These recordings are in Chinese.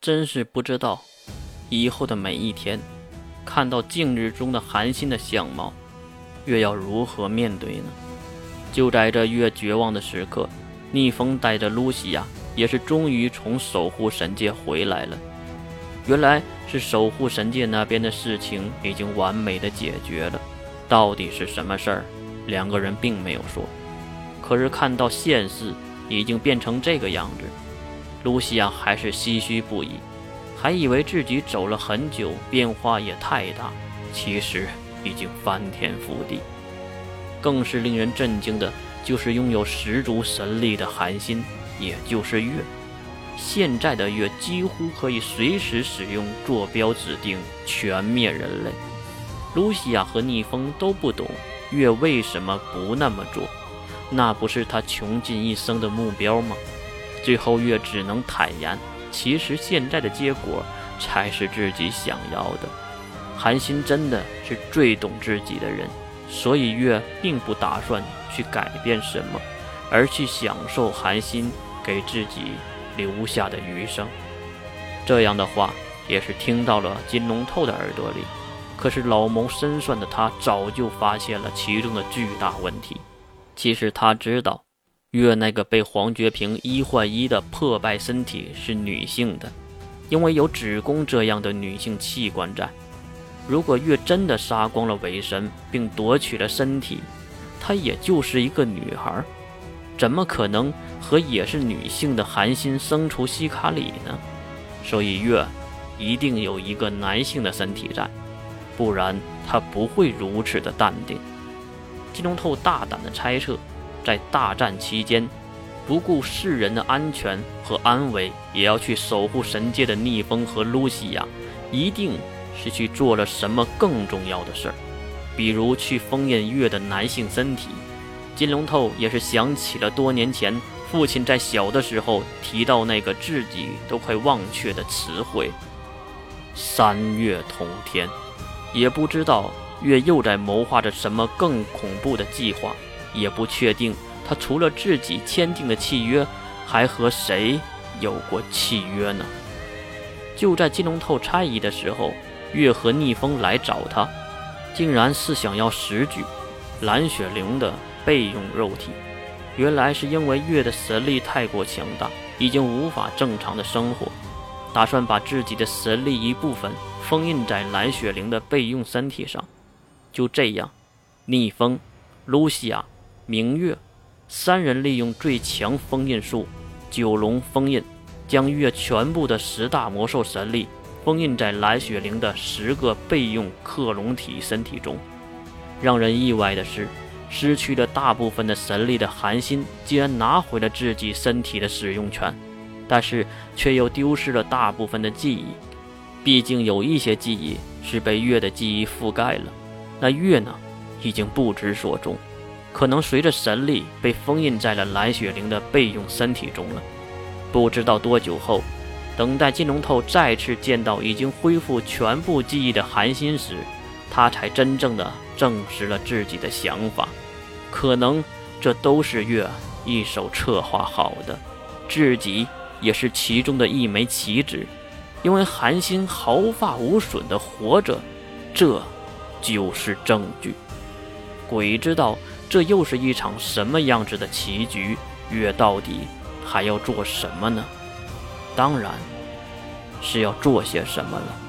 真是不知道以后的每一天，看到镜日中的韩信的相貌，月要如何面对呢？就在这月绝望的时刻，逆风带着露西亚也是终于从守护神界回来了。原来是守护神界那边的事情已经完美的解决了，到底是什么事儿，两个人并没有说。可是看到现世已经变成这个样子，露西亚还是唏嘘不已，还以为自己走了很久，变化也太大，其实已经翻天覆地。更是令人震惊的就是拥有十足神力的韩信，也就是月。现在的月几乎可以随时使用坐标指定全灭人类。露西亚和逆风都不懂月为什么不那么做，那不是他穷尽一生的目标吗？最后月只能坦言，其实现在的结果才是自己想要的。韩信真的是最懂自己的人，所以月并不打算去改变什么，而去享受韩信给自己留下的余生。这样的话也是听到了金龙透的耳朵里，可是老谋深算的他早就发现了其中的巨大问题。其实他知道月那个被黄觉平1换1的破败身体是女性的，因为有子宫这样的女性器官在。如果月真的杀光了伪神并夺取了身体，她也就是一个女孩，怎么可能和也是女性的韩信生出希卡里呢？所以月一定有一个男性的身体在，不然他不会如此的淡定。金龙透大胆的猜测，在大战期间不顾世人的安全和安危也要去守护神界的逆风和露西亚，一定是去做了什么更重要的事儿，比如去封印月的男性身体。金龙透也是想起了多年前父亲在小的时候提到那个自己都快忘却的词汇三月同天，也不知道月又在谋划着什么更恐怖的计划，也不确定他除了自己签订的契约，还和谁有过契约呢？就在金龙透猜疑的时候，月和逆风来找他，竟然是想要拾取蓝雪灵的备用肉体。原来是因为月的神力太过强大，已经无法正常的生活，打算把自己的神力一部分封印在蓝雪灵的备用身体上。就这样，逆风、露西亚、明月三人利用最强封印术九龙封印，将月全部的10大魔兽神力封印在蓝雪灵的10个备用克隆体身体中。让人意外的是，失去了大部分的神力的韩信竟然拿回了自己身体的使用权，但是却又丢失了大部分的记忆。毕竟有一些记忆是被月的记忆覆盖了，那月呢，已经不知所踪，可能随着神力被封印在了蓝雪灵的备用身体中了。不知道多久后，等待金龙透再次见到已经恢复全部记忆的韩信时，他才真正的证实了自己的想法。可能这都是月一手策划好的，自己也是其中的一枚棋子。因为韩信毫发无损的活着，这就是证据。鬼知道这又是一场什么样子的棋局，月到底还要做什么呢？当然是要做些什么了。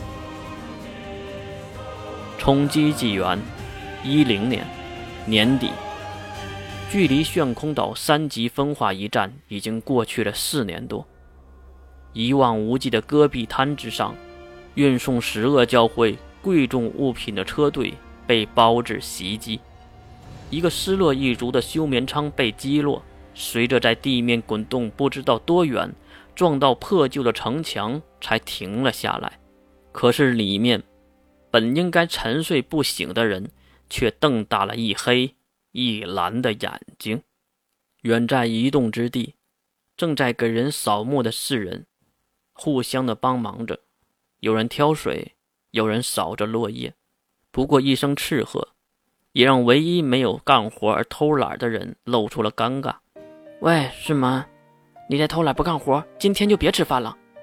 冲击纪元10年年底，距离炫空岛3级分化一战已经过去了4年多。一望无际的戈壁滩之上，运送10恶教会贵重物品的车队被包子袭击，一个失落一族的休眠舱被击落，随着在地面滚动不知道多远，撞到破旧的城墙才停了下来。可是里面本应该沉睡不醒的人，却瞪大了一黑一蓝的眼睛。远在移动之地，正在给人扫墓的世人互相的帮忙着，有人挑水，有人扫着落叶。不过一声斥喝，也让唯一没有干活而偷懒的人露出了尴尬。喂，师门，你在偷懒不干活，今天就别吃饭了。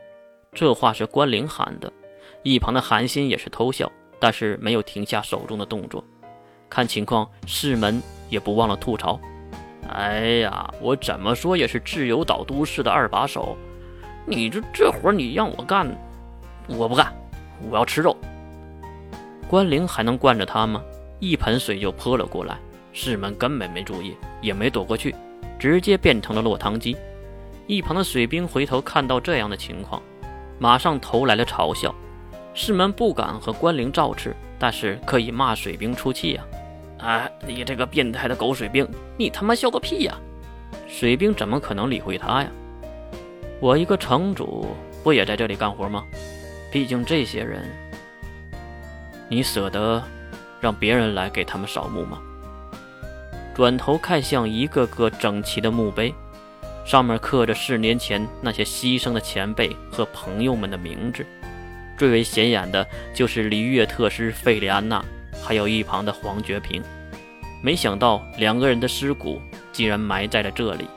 这话是关灵喊的。一旁的韩信也是偷笑，但是没有停下手中的动作。看情况，士门也不忘了吐槽：哎呀，我怎么说也是自由岛都市的2把手，你这活你让我干，我不干，我要吃肉。关灵还能惯着他吗？一盆水就泼了过来，士门根本没注意，也没躲过去，直接变成了落汤鸡。一旁的水兵回头看到这样的情况，马上投来了嘲笑。士门不敢和关灵照斥，但是可以骂水兵出气呀！你这个变态的狗水兵，你他妈笑个屁呀！水兵怎么可能理会他呀？我一个城主不也在这里干活吗？毕竟这些人，你舍得让别人来给他们扫墓吗？转头看向一个个整齐的墓碑，上面刻着4年前那些牺牲的前辈和朋友们的名字。最为显眼的就是璃月特使费利安娜，还有一旁的黄觉平。没想到2个人的尸骨竟然埋在了这里。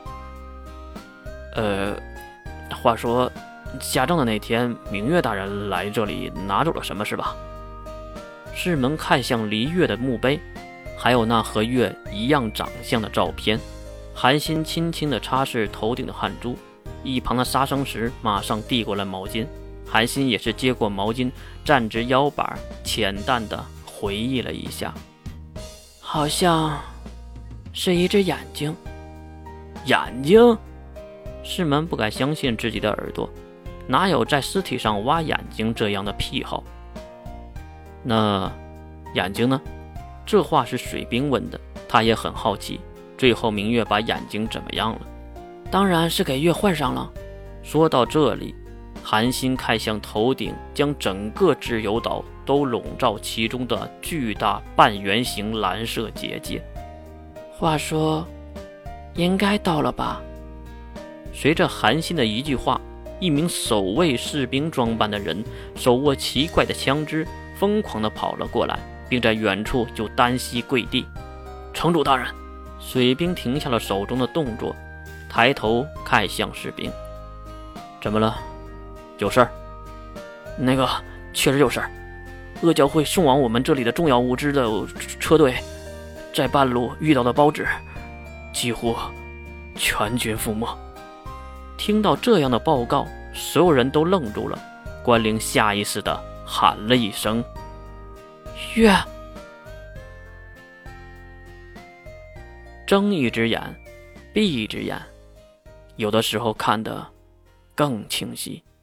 话说下葬的那天，明月大人来这里拿走了什么是吧？士门看向璃月的墓碑，还有那和月一样长相的照片。韩信轻轻地擦拭头顶的汗珠，一旁的杀生石马上递过来毛巾。韩信也是接过毛巾，站直腰板，浅淡地回忆了一下，好像是一只眼睛。眼睛？士门不敢相信自己的耳朵，哪有在尸体上挖眼睛这样的癖好？那眼睛呢？这话是水兵问的，他也很好奇。最后明月把眼睛怎么样了？当然是给月换上了。说到这里，韩信看向头顶将整个自由岛都笼罩其中的巨大半圆形蓝色结界。话说应该到了吧？随着韩信的一句话，一名守卫士兵装扮的人手握奇怪的枪支，疯狂地跑了过来，并在远处就单膝跪地。城主大人！水兵停下了手中的动作，抬头看向士兵。怎么了？有事儿？那个确实有事儿，恶教会送往我们这里的重要物资的车队在半路遇到的包纸，几乎全军覆没。听到这样的报告，所有人都愣住了。关灵下意识地喊了一声月。睁一只眼闭一只眼，有的时候看得更清晰。